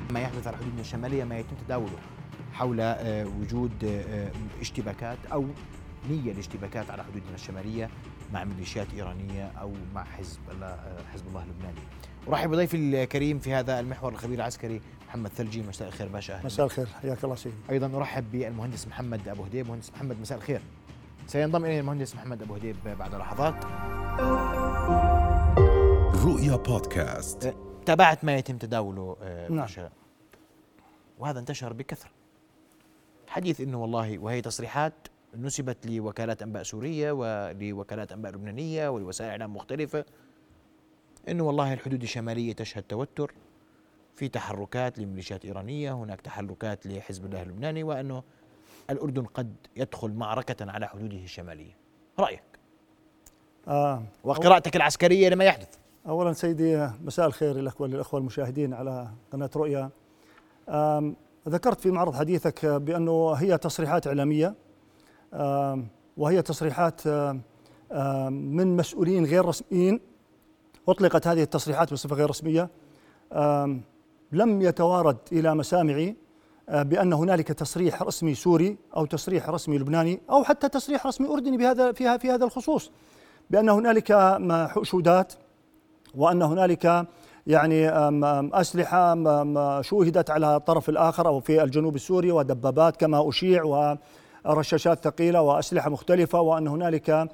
ما يحدث على حدودنا الشمالية ما يتم تداوله حول وجود اشتباكات أو نية لاشتباكات على حدودنا الشمالية مع ميليشيات إيرانية أو مع حزب الله اللبناني. أرحب بضيفي الكريم في هذا المحور الخبير العسكري محمد ثلجي. مساء الخير باشا. أهلا. مساء الخير، حياك الله سيدي. أيضا أرحب بالمهندس محمد أبو هديب. مهندس محمد مساء الخير. سينضم إلينا المهندس محمد أبو هديب بعد لحظات. رؤيا بودكاست. تابعت ما يتم تداوله باشا. نعم. وهذا انتشر بكثرة. حديث إنه والله، وهي تصريحات نسبت لوكالات أنباء سورية ولوكالات أنباء لبنانية ولوسائل إعلام مختلفة، إنه والله الحدود الشمالية تشهد توتر، في تحركات لميليشيات إيرانية، هناك تحركات لحزب الله اللبناني، وأنه الأردن قد يدخل معركة على حدوده الشمالية. رأيك وقراءتك العسكرية لما يحدث؟ أولا سيدي مساء الخير لك وللأخوة المشاهدين على قناة رؤيا. ذكرت في معرض حديثك بأنه هي تصريحات إعلامية، وهي تصريحات من مسؤولين غير رسميين. أطلقت هذه التصريحات بصفة غير رسمية. لم يتوارد إلى مسامعي بأن هنالك تصريح رسمي سوري أو تصريح رسمي لبناني أو حتى تصريح رسمي أردني في هذا الخصوص، بأن هنالك حشودات وأن هنالك يعني أسلحة شوهدت على الطرف الآخر أو في الجنوب السوري، ودبابات كما أشيع ورشاشات ثقيلة وأسلحة مختلفة، وأن هنالك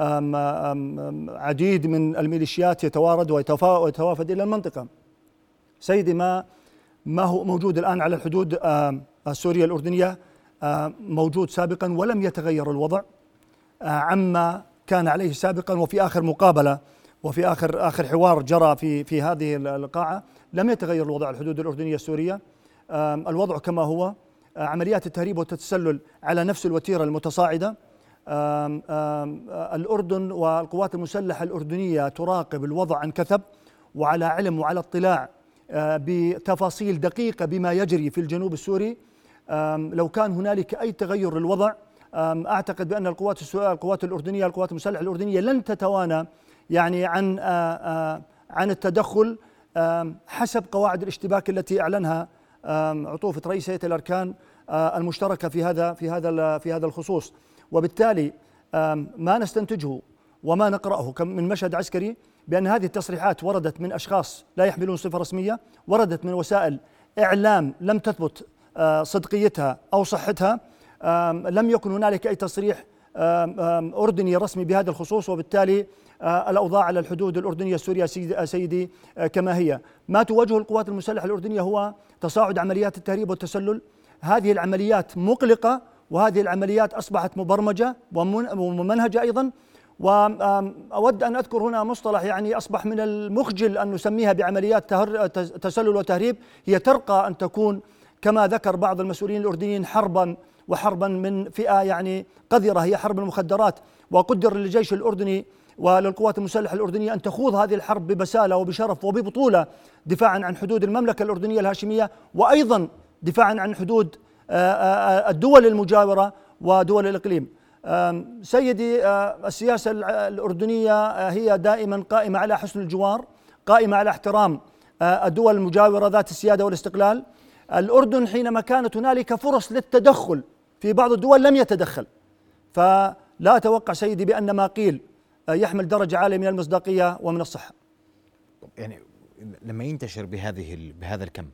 عديد من الميليشيات يتوارد ويتوافد إلى المنطقة. سيدي ما هو موجود الآن على الحدود السورية الأردنية موجود سابقا، ولم يتغير الوضع عما كان عليه سابقا. وفي آخر مقابلة وفي آخر حوار جرى في هذه القاعة لم يتغير الوضع على الحدود الأردنية السورية. الوضع كما هو، عمليات التهريب والتسلل على نفس الوتيرة المتصاعدة. الأردن والقوات المسلحة الأردنية تراقب الوضع عن كثب وعلى علم وعلى اطلاع بتفاصيل دقيقة بما يجري في الجنوب السوري. لو كان هنالك أي تغير للوضع، أعتقد بأن القوات الأردنية، القوات المسلحة الأردنية لن تتوانى يعني عن التدخل حسب قواعد الاشتباك التي أعلنها عطوفة رئيس هيئة الأركان المشتركة في هذا الخصوص. وبالتالي ما نستنتجه وما نقرأه من مشهد عسكري بأن هذه التصريحات وردت من أشخاص لا يحملون صفة رسمية، وردت من وسائل إعلام لم تثبت صدقيتها أو صحتها. لم يكن هنالك أي تصريح أردني رسمي بهذا الخصوص. وبالتالي الأوضاع على الحدود الأردنية السورية سيدي كما هي. ما تواجه القوات المسلحة الأردنية هو تصاعد عمليات التهريب والتسلل. هذه العمليات مقلقة، وهذه العمليات أصبحت مبرمجة وممنهجة أيضا. وأود أن أذكر هنا مصطلح يعني أصبح من المخجل أن نسميها بعمليات تسلل وتهريب. هي ترقى أن تكون كما ذكر بعض المسؤولين الأردنيين حربا من فئة يعني قذرة، هي حرب المخدرات. وقدر للجيش الأردني وللقوات المسلحة الأردنية أن تخوض هذه الحرب ببسالة وبشرف وببطولة، دفاعا عن حدود المملكة الأردنية الهاشمية، وأيضا دفاعا عن حدود الدول المجاورة ودول الإقليم. سيدي، السياسة الأردنية هي دائما قائمة على حسن الجوار، قائمة على احترام الدول المجاورة ذات السيادة والاستقلال. الأردن حينما كانت هنالك فرص للتدخل في بعض الدول لم يتدخل. فلا أتوقع سيدي بأن ما قيل يحمل درجة عالية من المصداقية ومن الصحة. يعني لما ينتشر بهذا الكم،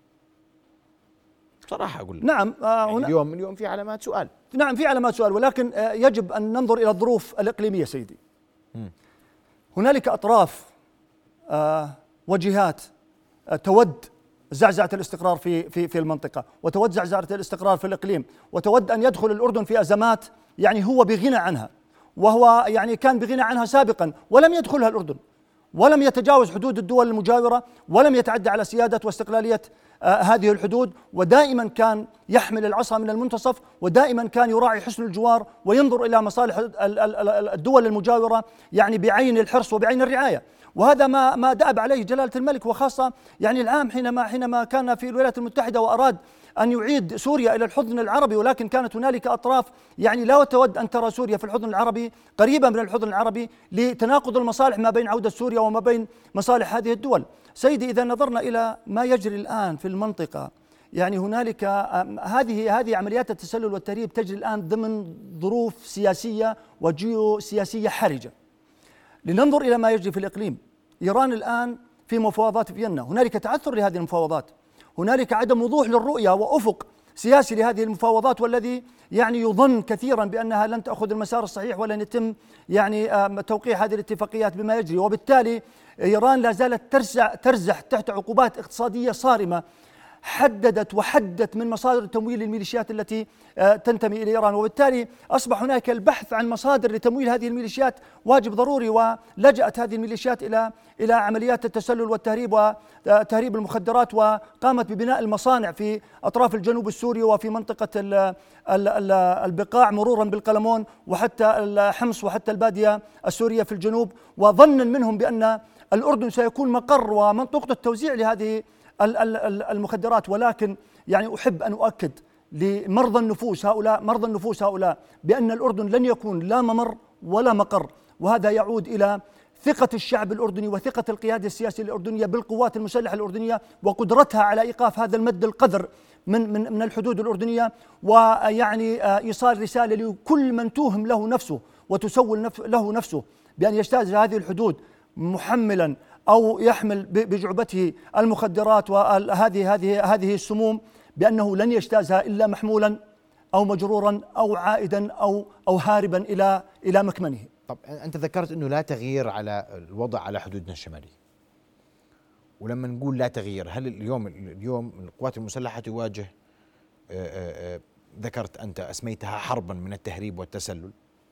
بصراحة أقول لك نعم، يعني اليوم في علامات سؤال. نعم في علامات سؤال، ولكن يجب أن ننظر إلى الظروف الإقليمية سيدي. هنالك أطراف وجهات تود زعزعة الاستقرار في المنطقة، وتود زعزعة الاستقرار في الإقليم، وتود أن يدخل الأردن في أزمات يعني هو بغنى عنها، وهو يعني كان بغنى عنها سابقا ولم يدخلها الأردن، ولم يتجاوز حدود الدول المجاورة، ولم يتعدى على سيادة واستقلالية هذه الحدود. ودائما كان يحمل العصا من المنتصف، ودائما كان يراعي حسن الجوار وينظر إلى مصالح الدول المجاورة يعني بعين الحرص وبعين الرعاية. وهذا ما دأب عليه جلالة الملك، وخاصة يعني العام حينما كان في الولايات المتحدة وأراد أن يعيد سوريا إلى الحضن العربي، ولكن كانت هنالك أطراف يعني لا تود أن ترى سوريا في الحضن العربي قريبا من الحضن العربي لتناقض المصالح ما بين عودة سوريا وما بين مصالح هذه الدول. سيدي، إذا نظرنا إلى ما يجري الآن في المنطقة، يعني هنالك هذه عمليات التسلل والتهريب تجري الآن ضمن ظروف سياسية وجيوسياسية حرجة. لننظر إلى ما يجري في الإقليم. إيران الآن في مفاوضات فيينا، هنالك تعثر لهذه المفاوضات، هنالك عدم وضوح للرؤية وأفق سياسي لهذه المفاوضات، والذي يعني يظن كثيرا بأنها لن تأخذ المسار الصحيح ولن يتم يعني توقيع هذه الاتفاقيات بما يجري. وبالتالي إيران لا زالت ترزح تحت عقوبات اقتصادية صارمة وحدت من مصادر تمويل الميليشيات التي تنتمي إلى إيران، وبالتالي أصبح هناك البحث عن مصادر لتمويل هذه الميليشيات واجب ضروري. ولجأت هذه الميليشيات إلى عمليات التسلل والتهريب وتهريب المخدرات، وقامت ببناء المصانع في أطراف الجنوب السوري وفي منطقة البقاع مرورا بالقلمون وحتى حمص وحتى البادية السورية في الجنوب، وظنا منهم بأن الأردن سيكون مقر ومنطقة التوزيع لهذه المخدرات. ولكن يعني أحب أن أؤكد لمرضى النفوس هؤلاء بأن الأردن لن يكون لا ممر ولا مقر، وهذا يعود إلى ثقة الشعب الأردني وثقة القيادة السياسية الأردنية بالقوات المسلحة الأردنية وقدرتها على إيقاف هذا المد القذر من الحدود الأردنية، ويعني إيصال رسالة لكل من توهم له نفسه وتسول له نفسه بأن يجتاز هذه الحدود محملا أو يحمل بجعبته المخدرات وهذه السموم، بأنه لن يجتازها إلا محمولا أو مجرورا أو عائدا أو هاربا إلى مكمنه. طب أنت ذكرت أنه لا تغيير على الوضع على حدودنا الشمالية، ولما نقول لا تغيير، هل اليوم القوات المسلحة تواجه ذكرت أنت أسميتها حربا من التهريب والتسلل،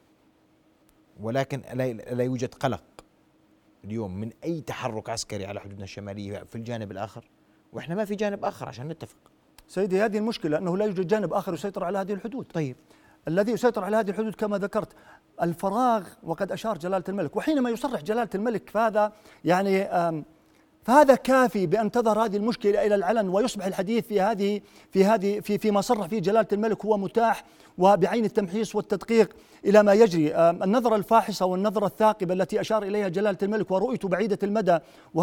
ولكن لا يوجد قلق اليوم من أي تحرك عسكري على حدودنا الشمالية في الجانب الآخر؟ وإحنا ما في جانب آخر عشان نتفق. سيدي، هذه المشكلة، أنه لا يوجد جانب آخر يسيطر على هذه الحدود. طيب، الذي يسيطر على هذه الحدود كما ذكرت الفراغ، وقد أشار جلالة الملك، وحينما يصرح جلالة الملك فهذا يعني فهذا كافي بأن تظهر هذه المشكلة إلى العلن، ويصبح الحديث فيما صرح فيه جلالة الملك هو متاح وبعين التمحيص والتدقيق إلى ما يجري. النظرة الفاحصة والنظرة الثاقبة التي أشار إليها جلالة الملك ورؤيته بعيدة المدى،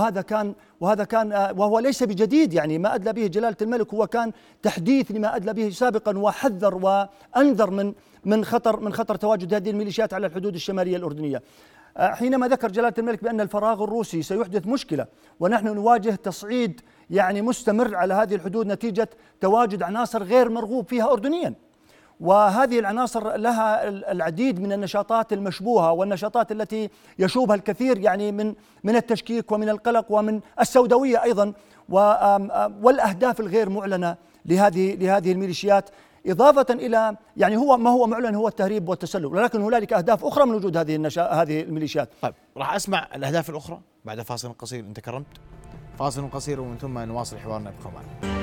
وهو ليس بجديد، يعني ما أدلى به جلالة الملك هو كان تحديث لما أدلى به سابقا، وحذر وأنذر من خطر تواجد هذه الميليشيات على الحدود الشمالية الأردنية. حينما ذكر جلالة الملك بأن الفراغ الروسي سيحدث مشكلة، ونحن نواجه تصعيد يعني مستمر على هذه الحدود نتيجة تواجد عناصر غير مرغوب فيها أردنيا، وهذه العناصر لها العديد من النشاطات المشبوهة والنشاطات التي يشوبها الكثير يعني من التشكيك ومن القلق ومن السوداوية أيضا، والأهداف الغير معلنة لهذه الميليشيات، إضافة إلى يعني ما هو معلن هو التهريب والتسلل، ولكن هنالك أهداف أخرى من وجود هذه الميليشيات. طيب، راح أسمع الأهداف الأخرى بعد فاصل قصير. أنت كرمت فاصل قصير ومن ثم نواصل حوارنا. ابقوا معنا.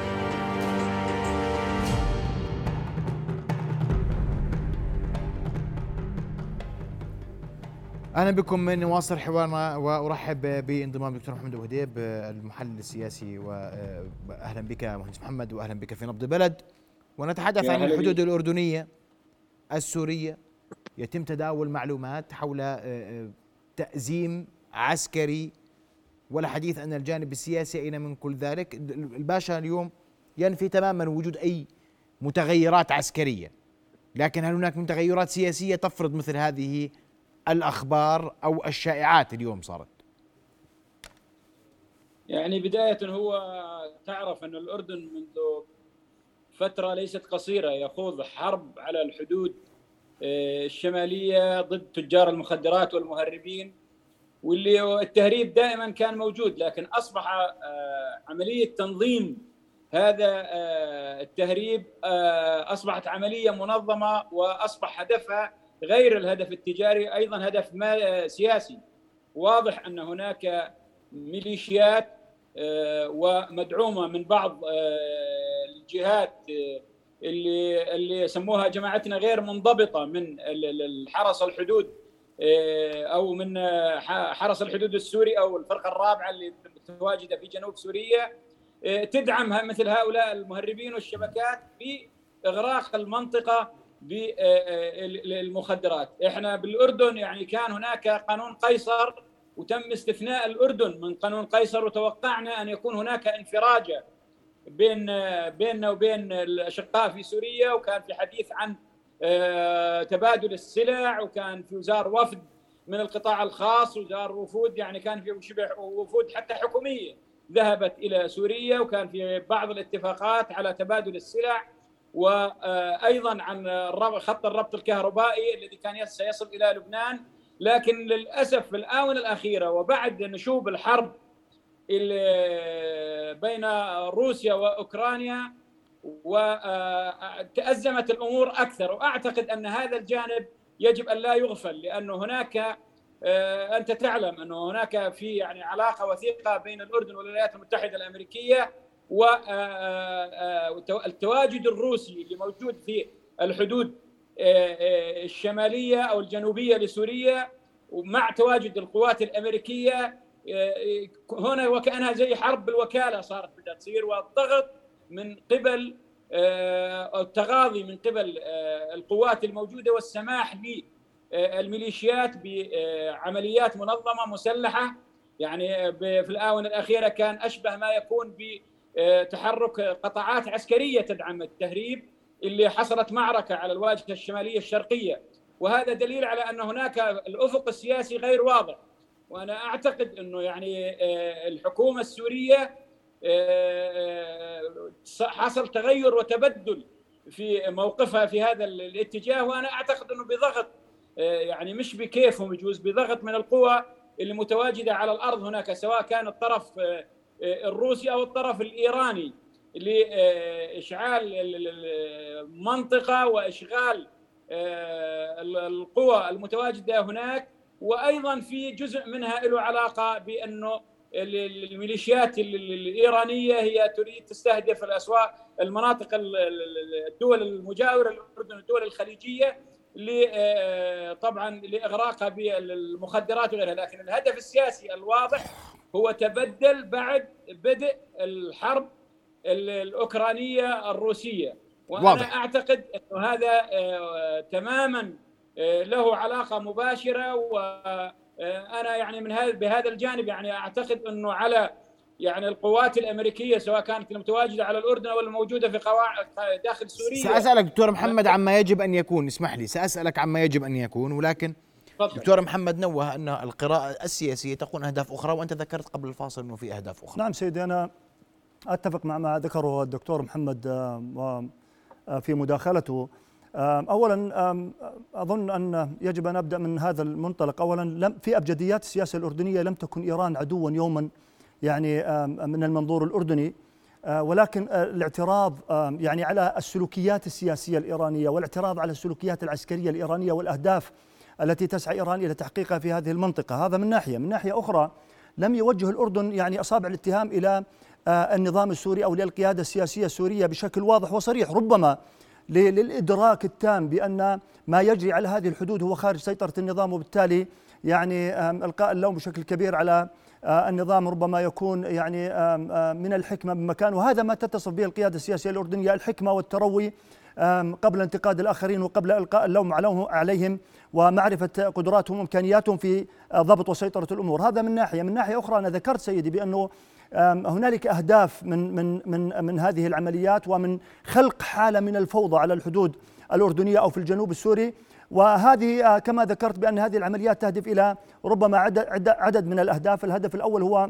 أهلا بكم، من نواصل حوارنا وأرحب بانضمام دكتور محمد أبو هديب المحلل السياسي، وأهلا بك مهندس محمد، وأهلا بك في نبض بلد. ونتحدث عن الحدود الأردنية السورية. يتم تداول معلومات حول تأزيم عسكري، ولا حديث أن الجانب السياسي أين من كل ذلك. الباشا اليوم ينفي تماما وجود أي متغيرات عسكرية، لكن هل هناك متغيرات سياسية تفرض مثل هذه الأخبار أو الشائعات اليوم صارت؟ يعني بداية هو تعرف أن الأردن منذ فترة ليست قصيرة يخوض حرب على الحدود الشمالية ضد تجار المخدرات والمهربين، واللي التهريب دائما كان موجود، لكن أصبح عملية تنظيم هذا التهريب أصبحت عملية منظمة، وأصبح هدفها غير الهدف التجاري، أيضا هدف سياسي. واضح أن هناك ميليشيات ومدعومة من بعض الجهات اللي سموها جماعتنا غير منضبطة من الحرس الحدود أو من حرس الحدود السوري أو الفرقة الرابعة اللي متواجدة في جنوب سوريا تدعم مثل هؤلاء المهربين والشبكات في إغراق المنطقة بالمخدرات. احنا بالأردن يعني كان هناك قانون قيصر وتم استثناء الأردن من قانون قيصر، وتوقعنا أن يكون هناك انفراجة بيننا وبين الأشقاء في سوريا، وكان في حديث عن تبادل السلع، وكان في وزار وفد من القطاع الخاص وزار وفود، يعني كان في شبه وفود حتى حكومية ذهبت إلى سوريا، وكان في بعض الاتفاقات على تبادل السلع، وأيضا عن خط الربط الكهربائي الذي كان سيصل إلى لبنان. لكن للأسف في الآونة الأخيرة وبعد نشوب الحرب بين روسيا وأوكرانيا وتأزمت الأمور أكثر، وأعتقد أن هذا الجانب يجب أن لا يغفل، لأنه هناك أنت تعلم أنه هناك في يعني علاقة وثيقة بين الأردن والولايات المتحدة الأمريكية، والتواجد الروسي اللي موجود في الحدود الشمالية أو الجنوبية لسوريا ومع تواجد القوات الأمريكية هنا وكأنها زي حرب بالوكالة صارت بدها تصير، والضغط من قبل التغاضي من قبل القوات الموجودة والسماح للميليشيات بعمليات منظمة مسلحة. يعني في الآونة الأخيرة كان أشبه ما يكون بتحرك قطاعات عسكرية تدعم التهريب اللي حصلت معركة على الواجهة الشمالية الشرقية، وهذا دليل على أن هناك الأفق السياسي غير واضح. وأنا أعتقد أنه يعني الحكومة السورية حصل تغير وتبدل في موقفها في هذا الاتجاه، وأنا أعتقد أنه بضغط يعني مش بكيفهم، يجوز بضغط من القوى اللي متواجدة على الأرض هناك، سواء كان الطرف الروسي أو الطرف الإيراني، لإشعال المنطقة وإشغال القوى المتواجدة هناك. وأيضا في جزء منها له علاقة بأنه الميليشيات الإيرانية هي تريد تستهدف الأسواق المناطق الدول المجاورة للأردن والدول الخليجية طبعا لإغراقها بالمخدرات وغيرها. لكن الهدف السياسي الواضح هو تبدل بعد بدء الحرب الأوكرانية الروسية، وأنا واضح. أعتقد أن هذا تماما له علاقة مباشرة، وأنا يعني بهذا الجانب يعني أعتقد أنه على يعني القوات الأمريكية سواء كانت المتواجدة على الأردن أو الموجودة في قواعد داخل سوريا. سأسألك دكتور محمد عما يجب أن يكون، اسمح لي سأسألك عما يجب أن يكون، ولكن دكتور محمد نوه أن القراءة السياسية تكون أهداف أخرى، وأنت ذكرت قبل الفاصل أنه في أهداف أخرى. نعم سيدي، أنا أتفق مع ما ذكره الدكتور محمد في مداخلته. أولا أظن أن يجب أن أبدأ من هذا المنطلق. أولا في أبجديات السياسة الأردنية لم تكن إيران عدوا يوما يعني من المنظور الأردني، ولكن الاعتراض يعني على السلوكيات السياسية الإيرانية والاعتراض على السلوكيات العسكرية الإيرانية والأهداف التي تسعى إيران إلى تحقيقها في هذه المنطقة. هذا من ناحية. من ناحية أخرى لم يوجه الأردن يعني أصابع الاتهام إلى النظام السوري أو للقيادة السياسية السورية بشكل واضح وصريح، ربما للإدراك التام بأن ما يجري على هذه الحدود هو خارج سيطرة النظام، وبالتالي يعني إلقاء اللوم بشكل كبير على النظام ربما يكون يعني من الحكمة بمكان. وهذا ما تتصف به القيادة السياسية الأردنية، الحكمة والتروي قبل انتقاد الآخرين وقبل إلقاء اللوم عليهم، ومعرفة قدراتهم وإمكانياتهم في ضبط وسيطرة الأمور. هذا من ناحية. من ناحية أخرى أنا ذكرت سيدي بأنه هنالك أهداف من هذه العمليات ومن خلق حالة من الفوضى على الحدود الأردنية أو في الجنوب السوري، وهذه كما ذكرت بأن هذه العمليات تهدف إلى ربما عدد من الأهداف. الهدف الأول هو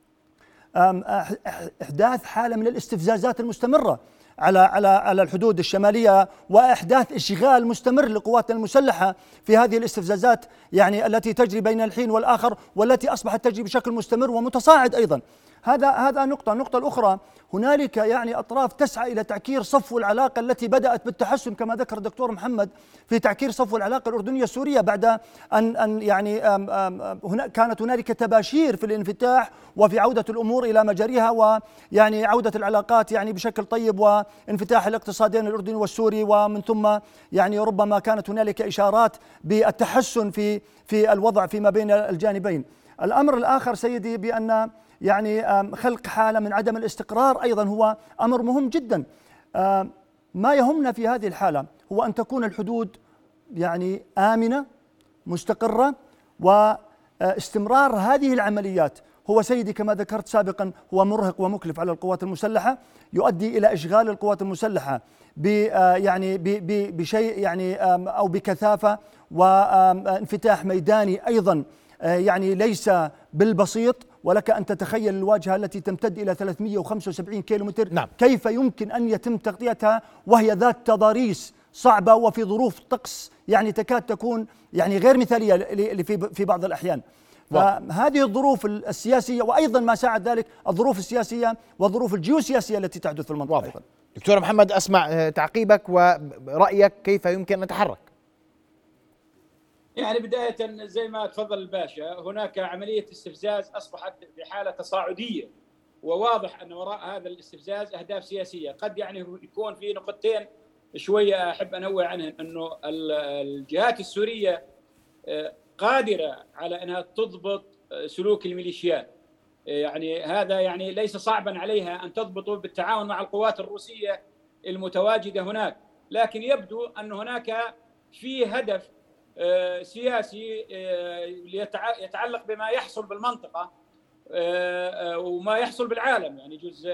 إحداث حالة من الاستفزازات المستمرة على الحدود الشمالية، وإحداث إشغال مستمر لقواتنا المسلحة في هذه الاستفزازات يعني التي تجري بين الحين والآخر، والتي أصبحت تجري بشكل مستمر ومتصاعد أيضا. هذا نقطة. النقطة الأخرى، هنالك يعني أطراف تسعى إلى تعكير صفو العلاقة التي بدأت بالتحسن كما ذكر الدكتور محمد في تعكير صفو العلاقة الأردنية السورية بعد أن يعني كانت هنالك تباشير في الانفتاح وفي عودة الأمور إلى مجاريها، ويعني عودة العلاقات يعني بشكل طيب، وانفتاح الاقتصادين الأردني والسوري، ومن ثم يعني ربما كانت هنالك إشارات بالتحسن في الوضع فيما بين الجانبين. الأمر الآخر سيدي بأن يعني خلق حالة من عدم الاستقرار أيضا هو أمر مهم جدا. ما يهمنا في هذه الحالة هو أن تكون الحدود يعني آمنة مستقرة، واستمرار هذه العمليات هو سيدي كما ذكرت سابقا هو مرهق ومكلف على القوات المسلحة، يؤدي إلى إشغال القوات المسلحة يعني بشيء يعني أو بكثافة، وانفتاح ميداني أيضا يعني ليس بالبسيط. ولك أن تتخيل الواجهة التي تمتد إلى 375 كيلومتر، نعم. كيف يمكن أن يتم تغطيتها وهي ذات تضاريس صعبة وفي ظروف طقس يعني تكاد تكون يعني غير مثالية في بعض الأحيان. فهذه الظروف السياسية، وأيضا ما ساعد ذلك الظروف السياسية والظروف الجيوسياسية التي تحدث في المنطقة. واضح. دكتور محمد، أسمع تعقيبك ورأيك كيف يمكن أن نتحرك. يعني بداية زي ما تفضل الباشا، هناك عملية استفزاز أصبحت بحالة تصاعدية، وواضح أن وراء هذا الاستفزاز أهداف سياسية. قد يعني يكون في نقطتين شوية أحب أنوه عنهن، أنه الجهات السورية قادرة على أنها تضبط سلوك الميليشيات، يعني هذا يعني ليس صعبا عليها أن تضبطه بالتعاون مع القوات الروسية المتواجدة هناك، لكن يبدو أن هناك في هدف سياسي يتعلق بما يحصل بالمنطقة وما يحصل بالعالم، يعني جزء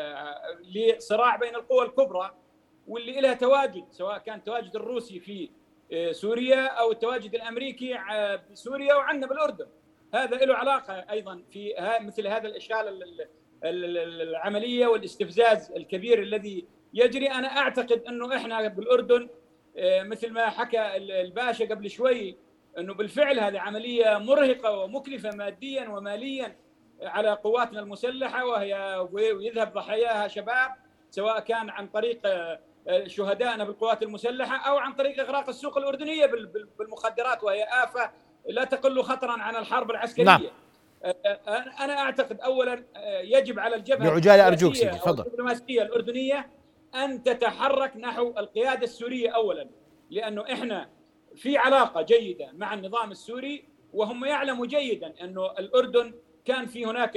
لصراع بين القوى الكبرى واللي لها تواجد، سواء كان التواجد الروسي في سوريا أو التواجد الأمريكي بسوريا وعندنا بالأردن. هذا له علاقة أيضا في مثل هذا الإشغال العملية والاستفزاز الكبير الذي يجري. أنا أعتقد أنه إحنا بالأردن مثل ما حكى الباشا قبل شوي، أنه بالفعل هذه عملية مرهقة ومكلفة ماديا وماليا على قواتنا المسلحة، ويذهب ضحاياها شباب، سواء كان عن طريق شهدائنا بالقوات المسلحة أو عن طريق إغراق السوق الأردنية بالمخدرات، وهي آفة لا تقل خطرا عن الحرب العسكرية. نعم. أنا أعتقد أولا يجب على الجبهة بعجالة أرجوك سيدي تفضل الدبلوماسية الأردنية أن تتحرك نحو القيادة السورية أولا، لأنه إحنا في علاقة جيدة مع النظام السوري، وهم يعلموا جيدا أنه الأردن كان في هناك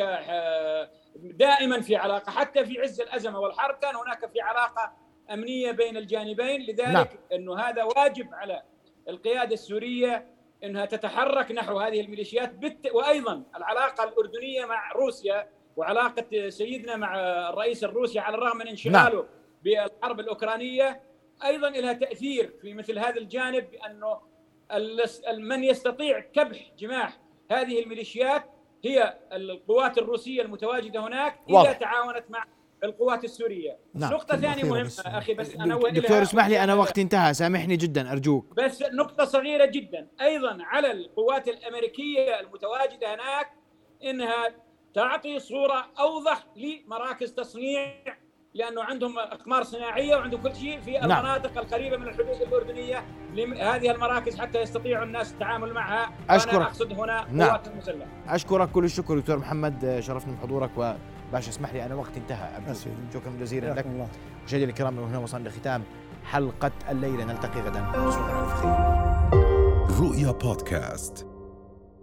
دائما في علاقة، حتى في عز الأزمة والحرب كان هناك في علاقة أمنية بين الجانبين. لذلك نعم. أنه هذا واجب على القيادة السورية أنها تتحرك نحو هذه الميليشيات. وأيضا العلاقة الأردنية مع روسيا وعلاقة سيدنا مع الرئيس الروسي على الرغم من انشغاله نعم. بالحرب الأوكرانية أيضا لها تأثير في مثل هذا الجانب، بأنه من يستطيع كبح جماح هذه الميليشيات هي القوات الروسية المتواجدة هناك إذا تعاونت مع القوات السورية. نعم. نقطة ثانية مهمة أخي، بس أنوه دكتور اسمح لي، أنا وقتي انتهى، سامحني جدا أرجوك. بس نقطة صغيرة جدا أيضا على القوات الأمريكية المتواجدة هناك، إنها تعطي صورة أوضح لمراكز تصنيع، لأنه عندهم أقمار صناعية وعندهم كل شيء في المناطق القريبة من الحدود الأردنية، هذه المراكز حتى يستطيع الناس التعامل معها. أشكرك. أنا أقصد هنا قوات المسلحة. أشكرك كل الشكر دكتور محمد، شرفنا بحضورك. وباشا اسمح لي، أنا وقتي انتهى. شكرا جزيلا لك. مشاهدينا الكرام، من هنا وصلنا لختام حلقة الليلة، نلتقي غدا. تصبحوا على خير. رؤيا بودكاست.